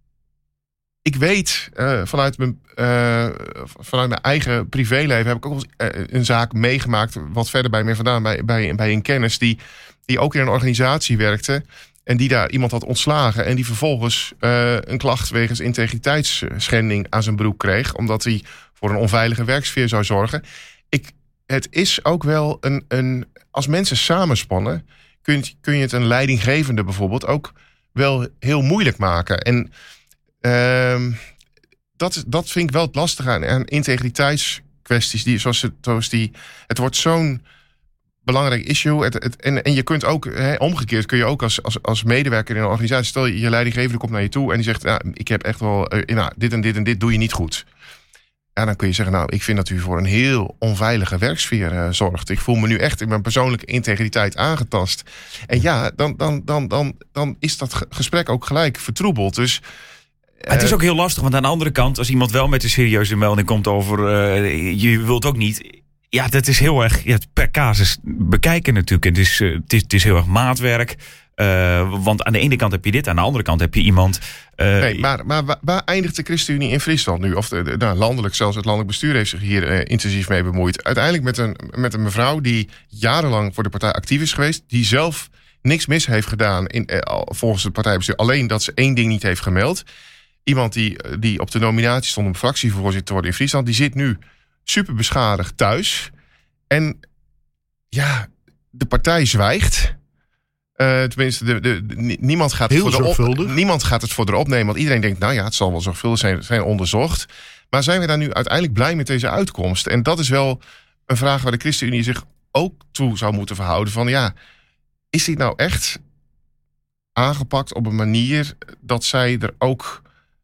ik weet uh, vanuit, mijn, uh, vanuit mijn eigen privéleven heb ik ook wel uh, een zaak meegemaakt wat verder bij me vandaan, bij, bij, bij een kennis die, die ook in een organisatie werkte en die daar iemand had ontslagen en die vervolgens uh, een klacht wegens integriteitsschending aan zijn broek kreeg, omdat hij voor een onveilige werksfeer zou zorgen. Ik, het is ook wel een, een als mensen samenspannen, kun je, kun je het een leidinggevende bijvoorbeeld ook wel heel moeilijk maken. En Uh, dat, dat vind ik wel het lastige aan, aan integriteitskwesties. Die, zoals, het, zoals die, het wordt zo'n belangrijk issue. Het, het, en, en je kunt ook, he, omgekeerd kun je ook als, als, als medewerker in een organisatie, stel je, je leidinggevende komt naar je toe en die zegt, nou, ik heb echt wel, uh, nou, dit en dit en dit doe je niet goed. Ja, dan kun je zeggen, nou, ik vind dat u voor een heel onveilige werksfeer uh, zorgt. Ik voel me nu echt in mijn persoonlijke integriteit aangetast. En ja, dan, dan, dan, dan, dan is dat gesprek ook gelijk vertroebeld. Dus het is ook heel lastig, want aan de andere kant, als iemand wel met een serieuze melding komt over, uh, je wilt ook niet. Ja, dat is heel erg ja, per casus bekijken natuurlijk. Het is, uh, het is, het is heel erg maatwerk. Uh, want aan de ene kant heb je dit, aan de andere kant heb je iemand. Uh, nee, maar, maar waar, waar eindigt de ChristenUnie in Friesland nu? Of de, de, nou, landelijk, zelfs het landelijk bestuur heeft zich hier uh, intensief mee bemoeid. Uiteindelijk met een, met een mevrouw die jarenlang voor de partij actief is geweest, die zelf niks mis heeft gedaan in, uh, volgens het partijbestuur. Alleen dat ze één ding niet heeft gemeld. Iemand die, die op de nominatie stond om fractievoorzitter te worden in Friesland, die zit nu super beschadigd thuis. En ja, de partij zwijgt. Uh, tenminste, de, de, de, niemand, gaat Heel voor de op, niemand gaat het voor de opnemen. Want iedereen denkt, nou ja, het zal wel zorgvuldig zijn, zijn onderzocht. Maar zijn we daar nu uiteindelijk blij met deze uitkomst? En dat is wel een vraag waar de ChristenUnie zich ook toe zou moeten verhouden. Van ja, is dit nou echt aangepakt op een manier dat zij er ook...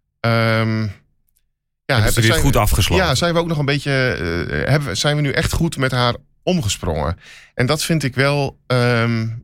Um, ja, hebben ze dit zijn, goed afgesloten? Ja, zijn we ook nog een beetje... Uh, hebben, zijn we nu echt goed met haar omgesprongen? En dat vind ik wel um,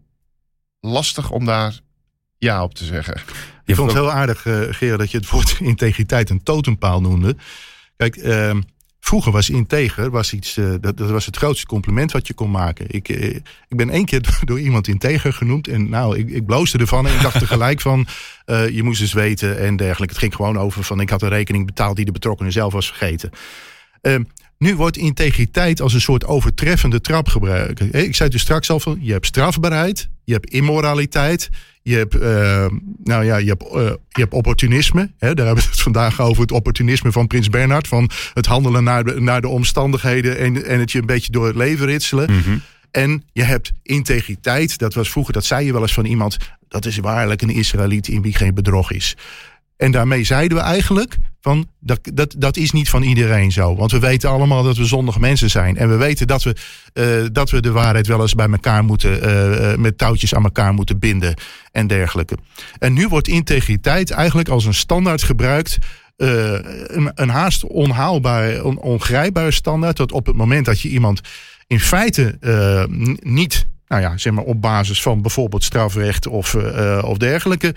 lastig om daar ja op te zeggen. Je vond het heel aardig, uh, Gerard, dat je het woord integriteit een totempaal noemde. Kijk, uh, vroeger was integer was iets, uh, dat, dat was het grootste compliment wat je kon maken. Ik, uh, ik ben één keer door, door iemand integer genoemd en nou, ik, ik bloosde ervan en ik dacht tegelijk van, uh, je moest eens weten en dergelijke. Het ging gewoon over van, ik had een rekening betaald die de betrokkenen zelf was vergeten. Uh, Nu wordt integriteit als een soort overtreffende trap gebruikt. Ik zei dus straks al van, je hebt strafbaarheid, je hebt immoraliteit, je hebt, uh, nou ja, je hebt, uh, je hebt opportunisme. Hè, daar hebben we het vandaag over, het opportunisme van Prins Bernhard, van het handelen naar de, naar de omstandigheden en, en het je een beetje door het leven ritselen. Mm-hmm. En je hebt integriteit, dat was vroeger, dat zei je wel eens van iemand, dat is waarlijk een Israëliet in wie geen bedrog is. En daarmee zeiden we eigenlijk, van, dat, dat, dat is niet van iedereen zo. Want we weten allemaal dat we zondige mensen zijn. En we weten dat we, uh, dat we de waarheid wel eens bij elkaar moeten, uh, met touwtjes aan elkaar moeten binden en dergelijke. En nu wordt integriteit eigenlijk als een standaard gebruikt. Uh, een, een haast onhaalbare, on, ongrijpbare standaard. Dat op het moment dat je iemand in feite uh, n- niet... Nou ja, zeg maar op basis van bijvoorbeeld strafrecht of, uh, of dergelijke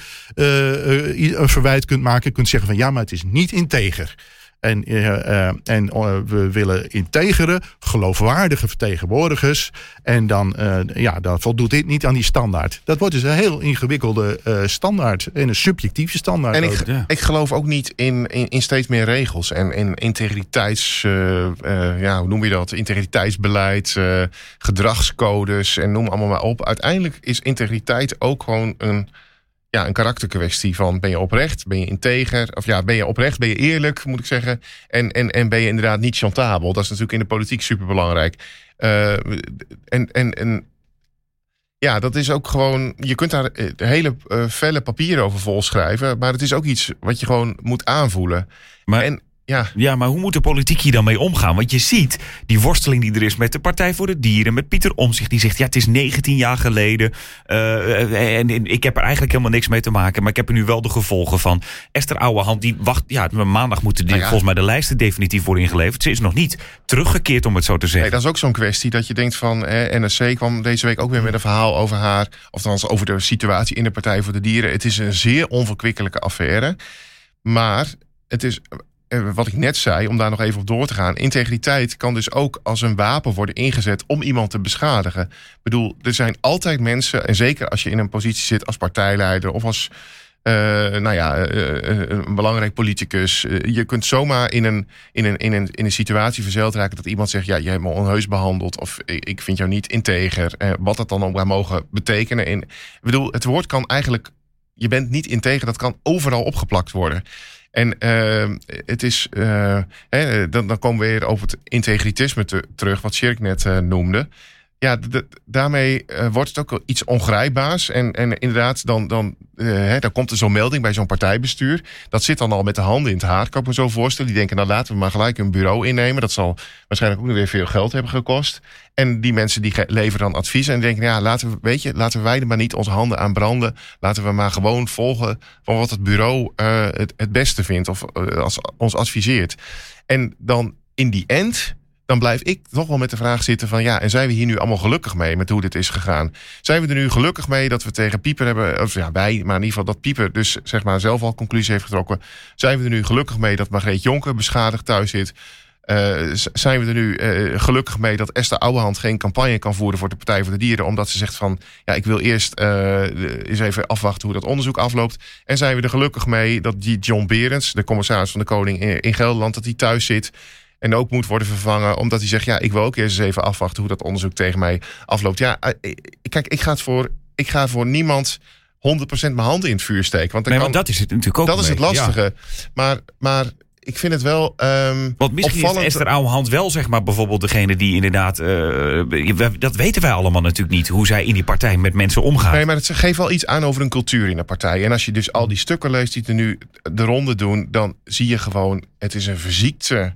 uh, uh, een verwijt kunt maken. Kunt zeggen van ja, maar het is niet integer. En, uh, uh, en uh, we willen integere, geloofwaardige vertegenwoordigers. En dan, uh, ja, dan voldoet dit niet aan die standaard. Dat wordt dus een heel ingewikkelde uh, standaard. En een subjectieve standaard. En ik, ja. ik geloof ook niet in, in, in steeds meer regels. En in integriteits... Uh, uh, ja, hoe noem je dat? Integriteitsbeleid, uh, gedragscodes en noem allemaal maar op. Uiteindelijk is integriteit ook gewoon een... Ja, een karakterkwestie van ben je oprecht, ben je integer, of ja, ben je oprecht, ben je eerlijk, moet ik zeggen. En, en, en ben je inderdaad niet chantabel. Dat is natuurlijk in de politiek superbelangrijk. Uh, en, en, en ja, dat is ook gewoon, je kunt daar hele uh, felle papieren over volschrijven, maar het is ook iets wat je gewoon moet aanvoelen. Maar en, Ja. ja, maar hoe moet de politiek hier dan mee omgaan? Want je ziet die worsteling die er is met de Partij voor de Dieren, met Pieter Omtzigt, die zegt ja, het is negentien jaar geleden uh, en, en ik heb er eigenlijk helemaal niks mee te maken, maar ik heb er nu wel de gevolgen van. Esther Ouwehand, die wacht, ja, maandag moeten die, nou ja. volgens mij de lijsten definitief worden ingeleverd. Ze is nog niet teruggekeerd, om het zo te zeggen. Nee, dat is ook zo'n kwestie dat je denkt van, eh, N R C kwam deze week ook weer met een verhaal over haar, of althans over de situatie in de Partij voor de Dieren. Het is een zeer onverkwikkelijke affaire, maar het is... Wat ik net zei, om daar nog even op door te gaan. Integriteit kan dus ook als een wapen worden ingezet om iemand te beschadigen. Ik bedoel, er zijn altijd mensen, en zeker als je in een positie zit als partijleider of als uh, nou ja, uh, een belangrijk politicus. Uh, je kunt zomaar in een, in, een, in, een, in een situatie verzeild raken dat iemand zegt, ja, jij hebt me onheus behandeld of ik vind jou niet integer. Uh, wat dat dan ook maar mogen betekenen. En, ik bedoel, het woord kan eigenlijk, je bent niet integer, dat kan overal opgeplakt worden. En uh, het is, uh, hè, dan, dan komen we weer over het integritisme te, terug, wat Sjerk net uh, noemde. Ja, d- d- daarmee uh, wordt het ook wel iets ongrijpbaars. En, en inderdaad, dan, dan, uh, hè, dan komt er zo'n melding bij zo'n partijbestuur. Dat zit dan al met de handen in het haar, kan ik me zo voorstellen. Die denken, nou laten we maar gelijk een bureau innemen. Dat zal waarschijnlijk ook nog weer veel geld hebben gekost. En die mensen die ge- leveren dan advies en denken, ja, laten we, weet je, laten wij er maar niet onze handen aan branden. Laten we maar gewoon volgen van wat het bureau uh, het, het beste vindt of uh, als, ons adviseert. En dan in die end, dan blijf ik toch wel met de vraag zitten van, ja, en zijn we hier nu allemaal gelukkig mee met hoe dit is gegaan? Zijn we er nu gelukkig mee dat we tegen Pieper hebben, of ja, wij, maar in ieder geval dat Pieper dus zeg maar zelf al conclusie heeft getrokken. Zijn we er nu gelukkig mee dat Margreet Jonker beschadigd thuis zit? Uh, zijn we er nu uh, gelukkig mee dat Esther Ouwehand geen campagne kan voeren voor de Partij voor de Dieren, omdat ze zegt van, ja, ik wil eerst uh, eens even afwachten hoe dat onderzoek afloopt. En zijn we er gelukkig mee dat die John Berends, de commissaris van de Koning in, in Gelderland, dat hij thuis zit en ook moet worden vervangen, omdat hij zegt, ja, ik wil ook eerst eens even afwachten hoe dat onderzoek tegen mij afloopt. Ja, uh, kijk, ik ga het voor, ik ga voor niemand honderd procent mijn handen in het vuur steken. Want, nee, kan, want dat is het natuurlijk ook. Dat is het lastige. Ja. Maar, maar ik vind het wel um, Want misschien opvallend. Is Esther Ouwehand wel, zeg maar, bijvoorbeeld degene die inderdaad, uh, dat weten wij allemaal natuurlijk niet, hoe zij in die partij met mensen omgaat. Nee, maar het geeft wel iets aan over een cultuur in de partij. En als je dus al die stukken leest die er nu de ronde doen, dan zie je gewoon, het is een verziekte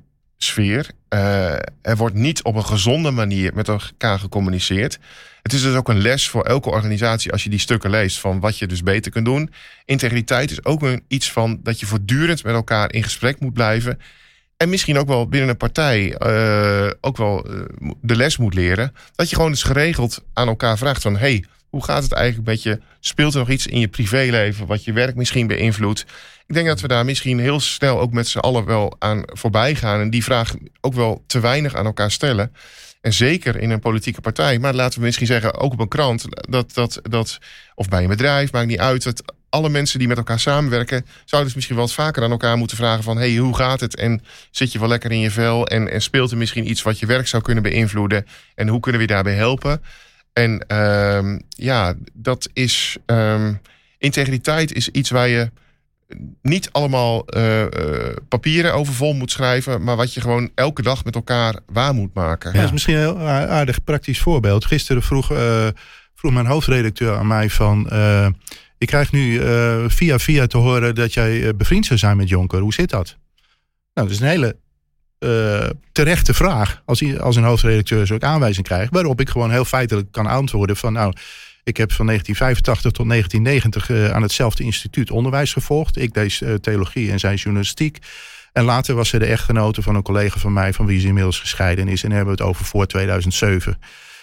sfeer. Uh, er wordt niet op een gezonde manier met elkaar gecommuniceerd. Het is dus ook een les voor elke organisatie als je die stukken leest van wat je dus beter kunt doen. Integriteit is ook een, iets van dat je voortdurend met elkaar in gesprek moet blijven. En misschien ook wel binnen een partij uh, ook wel uh, de les moet leren. Dat je gewoon eens geregeld aan elkaar vraagt van hey, hoe gaat het eigenlijk met je? Speelt er nog iets in je privéleven wat je werk misschien beïnvloedt? Ik denk dat we daar misschien heel snel ook met z'n allen wel aan voorbij gaan. En die vraag ook wel te weinig aan elkaar stellen. En zeker in een politieke partij. Maar laten we misschien zeggen, ook op een krant. Dat, dat, dat, of bij een bedrijf, maakt niet uit. Dat alle mensen die met elkaar samenwerken zouden dus misschien wel eens vaker aan elkaar moeten vragen van hey, hoe gaat het? En zit je wel lekker in je vel? En, en speelt er misschien iets wat je werk zou kunnen beïnvloeden? En hoe kunnen we je daarbij helpen? En uh, ja, dat is... Um, integriteit is iets waar je niet allemaal uh, uh, papieren over vol moet schrijven, maar wat je gewoon elke dag met elkaar waar moet maken. Ja, dat is misschien een heel aardig praktisch voorbeeld. Gisteren vroeg, uh, vroeg mijn hoofdredacteur aan mij van Uh, ik krijg nu uh, via via te horen dat jij uh, bevriend zou zijn met Jonker. Hoe zit dat? Nou, dat is een hele uh, terechte vraag. Als, als een hoofdredacteur zo'n aanwijzing krijgt, waarop ik gewoon heel feitelijk kan antwoorden van nou, ik heb van negentien vijfentachtig tot negentien negentig uh, aan hetzelfde instituut onderwijs gevolgd. Ik deed uh, theologie en zij journalistiek. En later was ze de echtgenote van een collega van mij, van wie ze inmiddels gescheiden is. En dan hebben we het over voor tweeduizend zeven.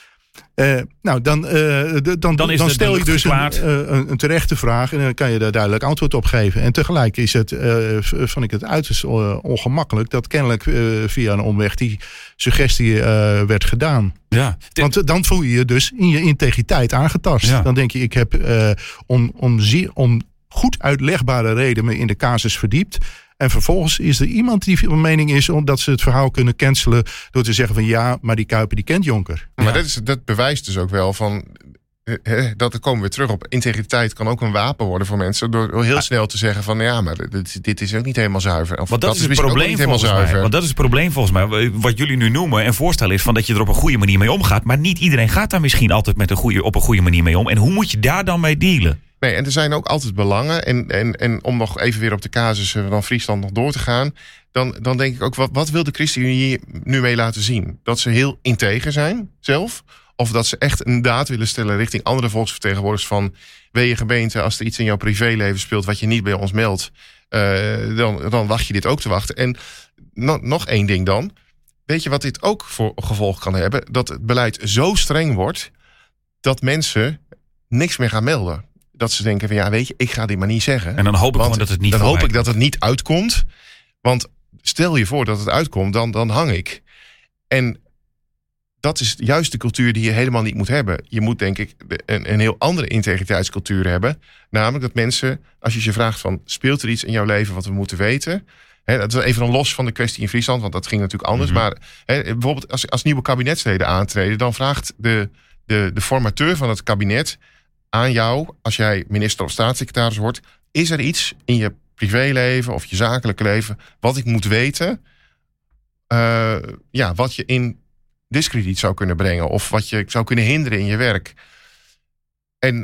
Uh, nou, dan, uh, dan, dan, dan stel je dus een, een, een terechte vraag en dan kan je daar duidelijk antwoord op geven. En tegelijk is het, uh, vond ik het uiterst ongemakkelijk dat kennelijk uh, via een omweg die suggestie uh, werd gedaan. Ja, dit... Want uh, dan voel je je dus in je integriteit aangetast. Ja. Dan denk je, ik heb uh, om, om, zie, om goed uitlegbare reden me in de casus verdiept. En vervolgens is er iemand die van mening is omdat ze het verhaal kunnen cancelen door te zeggen van ja, maar die Kuiper die kent Jonker. Maar ja. dat, is, dat bewijst dus ook wel van, he, dat er komen we terug op. Integriteit kan ook een wapen worden voor mensen door heel snel te zeggen van ja, maar dit, dit is ook niet helemaal zuiver. Of want dat, dat is het is probleem volgens zuiver. mij. Want dat is het probleem volgens mij. Wat jullie nu noemen en voorstellen is van dat je er op een goede manier mee omgaat. Maar niet iedereen gaat daar misschien altijd met een goede, op een goede manier mee om. En hoe moet je daar dan mee dealen? Nee, en er zijn ook altijd belangen. En, en, en om nog even weer op de casus van Friesland nog door te gaan, dan, dan denk ik ook, wat, wat wil de ChristenUnie nu mee laten zien? Dat ze heel integer zijn zelf? Of dat ze echt een daad willen stellen richting andere volksvertegenwoordigers van, weet je gemeente, als er iets in jouw privéleven speelt wat je niet bij ons meldt, uh, dan, dan wacht je dit ook te wachten. En no, nog één ding dan. Weet je wat dit ook voor gevolg kan hebben? Dat het beleid zo streng wordt dat mensen niks meer gaan melden. Dat ze denken van ja, weet je, ik ga dit maar niet zeggen. En dan hoop ik gewoon dat het niet Dan hoop ik dat het niet uitkomt. Want stel je voor dat het uitkomt, dan, dan hang ik. En dat is juist de cultuur die je helemaal niet moet hebben. Je moet denk ik een, een heel andere integriteitscultuur hebben. Namelijk dat mensen, als je je vraagt van speelt er iets in jouw leven wat we moeten weten? He, dat is even dan los van de kwestie in Friesland, want dat ging natuurlijk anders. Mm-hmm. Maar he, bijvoorbeeld als, als nieuwe kabinetsleden aantreden, dan vraagt de, de, de formateur van het kabinet aan jou, als jij minister of staatssecretaris wordt, is er iets in je privéleven of je zakelijke leven wat ik moet weten, uh, ja, wat je in diskrediet zou kunnen brengen of wat je zou kunnen hinderen in je werk. En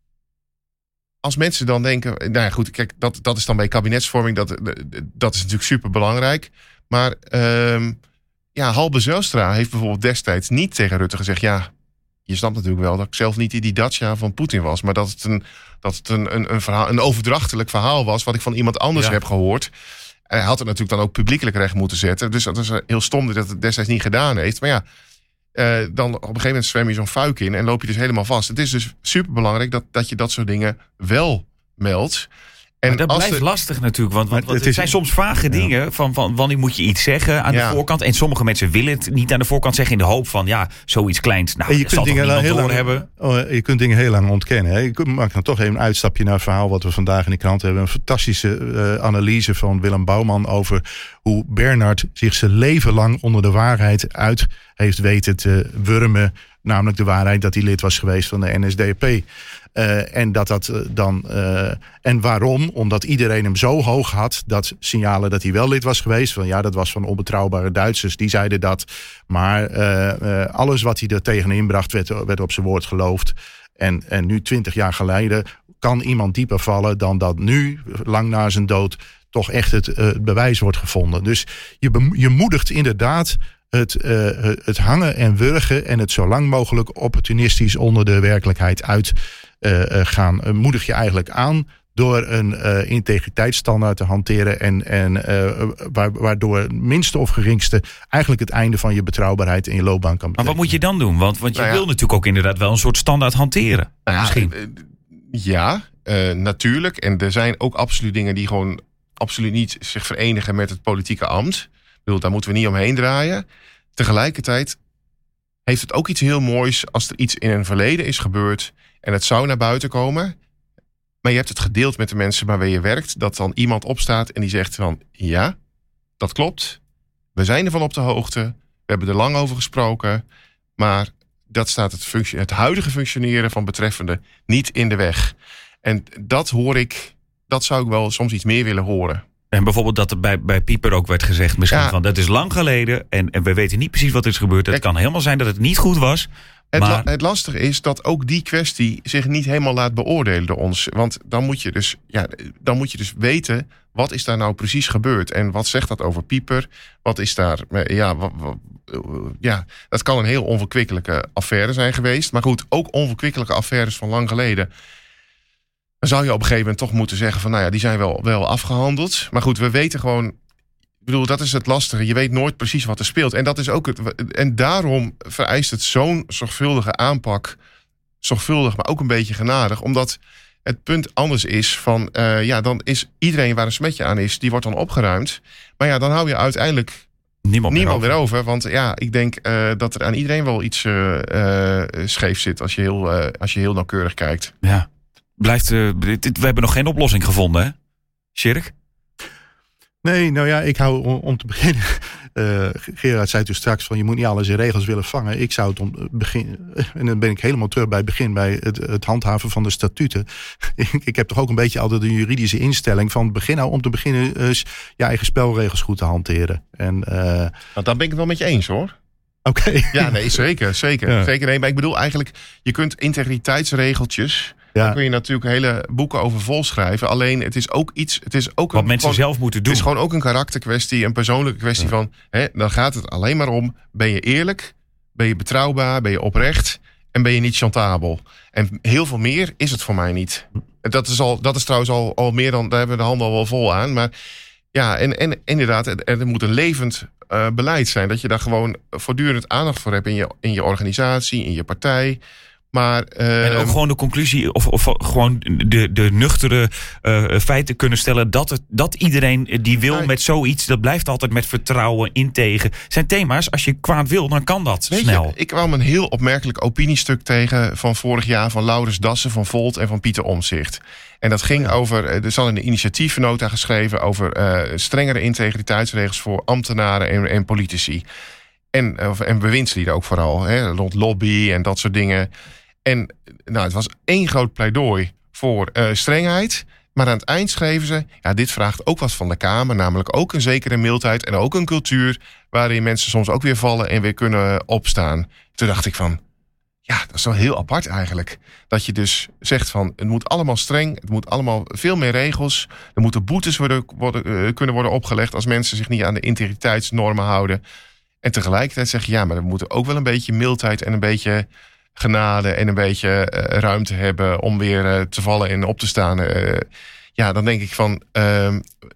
als mensen dan denken, nou ja, goed, kijk, dat, dat is dan bij kabinetsvorming, dat, dat is natuurlijk super belangrijk. Maar uh, ja, Halbe Zijlstra heeft bijvoorbeeld destijds niet tegen Rutte gezegd, ja, je snapt natuurlijk wel dat ik zelf niet die Dacia van Poetin was, maar dat het een, dat het een, een, een, verhaal, een overdrachtelijk verhaal was wat ik van iemand anders ja. heb gehoord. Hij had het natuurlijk dan ook publiekelijk recht moeten zetten. Dus dat is heel stom dat hij het destijds niet gedaan heeft. Maar ja, uh, dan op een gegeven moment zwem je zo'n fuik in en loop je dus helemaal vast. Het is dus superbelangrijk dat, dat je dat soort dingen wel meldt. En maar dat blijft de... lastig natuurlijk, want, want, want het, het zijn soms vage ja. dingen van, van wanneer moet je iets zeggen aan ja. de voorkant. En sommige mensen willen het niet aan de voorkant zeggen in de hoop van ja, zoiets kleins. Nou, je kunt dingen heel lang hebben. Oh, je kunt dingen heel lang ontkennen. Hè. Je maakt dan toch even een uitstapje naar het verhaal wat we vandaag in de krant hebben. Een fantastische uh, analyse van Willem Bouwman over hoe Bernard zich zijn leven lang onder de waarheid uit heeft weten te wurmen. Namelijk de waarheid dat hij lid was geweest van de N S D A P. Uh, en dat dat uh, dan. Uh, en waarom? Omdat iedereen hem zo hoog had dat signalen dat hij wel lid was geweest. Van ja, dat was van onbetrouwbare Duitsers. Die zeiden dat. Maar uh, uh, alles wat hij er tegenin bracht, werd, werd op zijn woord geloofd. En, en nu, twintig jaar geleden, kan iemand dieper vallen dan dat nu, lang na zijn dood, toch echt het, uh, het bewijs wordt gevonden. Dus je, be- je moedigt inderdaad het, uh, het hangen en wurgen en het zo lang mogelijk opportunistisch onder de werkelijkheid uit uh, uh, gaan. Uh, moedig je eigenlijk aan door een uh, integriteitsstandaard te hanteren en, en uh, waardoor het minste of geringste eigenlijk het einde van je betrouwbaarheid in je loopbaan kan betekenen. Maar wat moet je dan doen? Want, want je nou ja. wil natuurlijk ook inderdaad wel een soort standaard hanteren. Nou ja, misschien. Uh, ja, uh, natuurlijk. En er zijn ook absoluut dingen die gewoon absoluut niet zich verenigen met het politieke ambt. Ik bedoel, daar moeten we niet omheen draaien. Tegelijkertijd heeft het ook iets heel moois als er iets in een verleden is gebeurd en het zou naar buiten komen. Maar je hebt het gedeeld met de mensen waarmee je werkt, dat dan iemand opstaat en die zegt van ja, dat klopt. We zijn ervan op de hoogte. We hebben er lang over gesproken. Maar dat staat het, functie- het huidige functioneren van betreffende niet in de weg. En dat hoor ik, dat zou ik wel soms iets meer willen horen. En bijvoorbeeld dat er bij, bij Pieper ook werd gezegd misschien Ja. van dat is lang geleden en, en we weten niet precies wat er is gebeurd. Het Kijk, kan helemaal zijn dat het niet goed was. Het, Maar- la- het lastige is dat ook die kwestie zich niet helemaal laat beoordelen door ons. Want dan moet je dus, ja, dan moet je dus weten, wat is daar nou precies gebeurd? En wat zegt dat over Pieper? Wat is daar, ja, wat, wat, ja, dat kan een heel onverkwikkelijke affaire zijn geweest. Maar goed, ook onverkwikkelijke affaires van lang geleden. Dan zou je op een gegeven moment toch moeten zeggen van, nou ja, die zijn wel, wel afgehandeld. Maar goed, we weten gewoon, ik bedoel, dat is het lastige. Je weet nooit precies wat er speelt. En dat is ook het. En daarom vereist het zo'n zorgvuldige aanpak. Zorgvuldig, maar ook een beetje genadig. Omdat het punt anders is van, uh, ja, dan is iedereen waar een smetje aan is, die wordt dan opgeruimd. Maar ja, dan hou je uiteindelijk Niemand, niemand meer meer over. over. Want ja, ik denk uh, dat er aan iedereen wel iets uh, uh, scheef zit als je heel, uh, als je heel nauwkeurig kijkt. Ja. Blijft, uh, dit, dit- we hebben nog geen oplossing gevonden, hè? Sjerk? Nee, nou ja, ik hou om, om te beginnen. Uh, Gerard zei toen straks van je moet niet alles in regels willen vangen. Ik zou het om begin. En dan ben ik helemaal terug bij het begin bij het, het handhaven van de statuten. ik, ik heb toch ook een beetje altijd een juridische instelling van begin nou om te beginnen uh, je eigen spelregels goed te hanteren. En uh, Nou, daar ben ik het wel met je eens, hoor. oké. Okay. Ja, nee, zeker, zeker. Ja. zeker nee, maar ik bedoel eigenlijk, je kunt integriteitsregeltjes, Ja. daar kun je natuurlijk hele boeken over volschrijven. Alleen het is ook iets, het is ook Wat een, mensen gewoon- zelf moeten Het doen. is gewoon ook een karakterkwestie, een persoonlijke kwestie Ja. van, hè, dan gaat het alleen maar om, ben je eerlijk, ben je betrouwbaar, ben je oprecht en ben je niet chantabel. En heel veel meer is het voor mij niet. Dat is, al, dat is trouwens al, al meer dan, daar hebben we de handen al wel vol aan. Maar ja, en, en inderdaad, er, er moet een levend uh, beleid zijn. Dat je daar gewoon voortdurend aandacht voor hebt in je, in je organisatie, in je partij. Maar, uh, En ook gewoon de conclusie, of, of gewoon de, de nuchtere uh, feiten kunnen stellen dat, het, dat iedereen die wil Nee. met zoiets, dat blijft altijd met vertrouwen, integen. Zijn thema's, als je kwaad wil, dan kan dat Weet snel. je, ik kwam een heel opmerkelijk opiniestuk tegen van vorig jaar van Laurens Dassen van Volt en van Pieter Omtzigt. En dat ging over, er zal een initiatiefnota geschreven over uh, strengere integriteitsregels voor ambtenaren en, en politici. En, of, en bewindslieden ook vooral, hè, rond lobby en dat soort dingen. En nou, het was één groot pleidooi voor uh, strengheid. Maar aan het eind schreven ze, ja, dit vraagt ook wat van de Kamer. Namelijk ook een zekere mildheid en ook een cultuur waarin mensen soms ook weer vallen en weer kunnen opstaan. Toen dacht ik van, ja, dat is wel heel apart eigenlijk. Dat je dus zegt van, het moet allemaal streng, het moet allemaal veel meer regels. Er moeten boetes worden, worden, uh, kunnen worden opgelegd als mensen zich niet aan de integriteitsnormen houden. En tegelijkertijd zeg je, ja, maar we moeten ook wel een beetje mildheid en een beetje genade en een beetje uh, ruimte hebben om weer uh, te vallen en op te staan. Uh, ja, dan denk ik van, uh,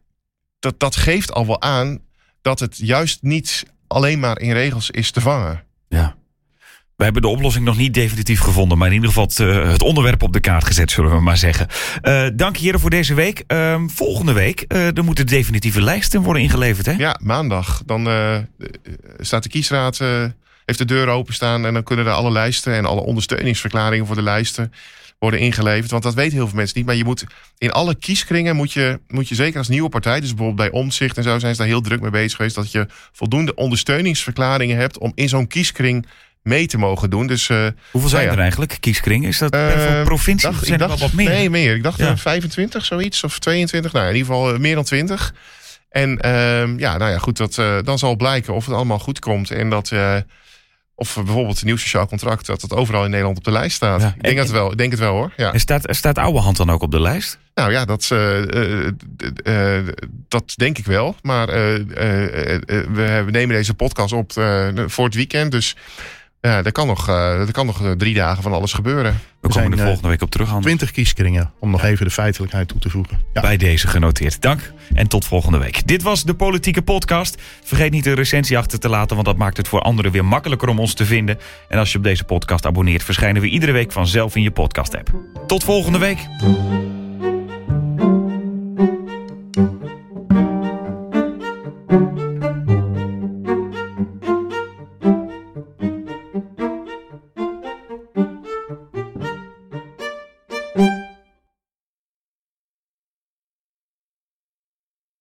dat, dat geeft al wel aan dat het juist niet alleen maar in regels is te vangen. Ja. We hebben de oplossing nog niet definitief gevonden, maar in ieder geval het, uh, het onderwerp op de kaart gezet, zullen we maar zeggen. Uh, dank heren voor deze week. Uh, volgende week, uh, er moeten definitieve lijsten worden ingeleverd, hè? Ja, maandag. Dan uh, staat de kiesraad, uh, heeft de deur openstaan en dan kunnen er alle lijsten en alle ondersteuningsverklaringen voor de lijsten worden ingeleverd. Want dat weten heel veel mensen niet. Maar je moet in alle kieskringen moet je, moet je zeker als nieuwe partij, dus bijvoorbeeld bij Omtzigt en zo zijn ze daar heel druk mee bezig geweest, dat je voldoende ondersteuningsverklaringen hebt om in zo'n kieskring mee te mogen doen. Dus, uh, Hoeveel zijn nou ja. er eigenlijk, kieskringen? Is dat per Uh, uh, provincie dacht, of zijn ik er dacht, wel wat meer? Nee, meer. Ik dacht Ja. uh, vijfentwintig, zoiets, of tweeëntwintig. Nou, in ieder geval uh, meer dan twintig. En uh, ja, nou ja, goed, dat, uh, dan zal blijken of het allemaal goed komt. En dat uh, Of bijvoorbeeld een nieuw sociaal contract, dat het overal in Nederland op de lijst staat. Ja, ik denk en, het wel, ik denk het wel hoor. Ja. En staat, staat Oude Hand dan ook op de lijst? Nou ja, dat, uh, uh, uh, dat denk ik wel. Maar uh, uh, uh, we nemen deze podcast op uh, voor het weekend. Dus ja, er kan nog, uh, er kan nog drie dagen van alles gebeuren. We komen zijn, er volgende week op terug, Hans. twintig kieskringen, om nog even de feitelijkheid toe te voegen. Ja. Bij deze genoteerd. Dank en tot volgende week. Dit was de Politieke Podcast. Vergeet niet een recensie achter te laten, want dat maakt het voor anderen weer makkelijker om ons te vinden. En als je op deze podcast abonneert, verschijnen we iedere week vanzelf in je podcast-app. Tot volgende week.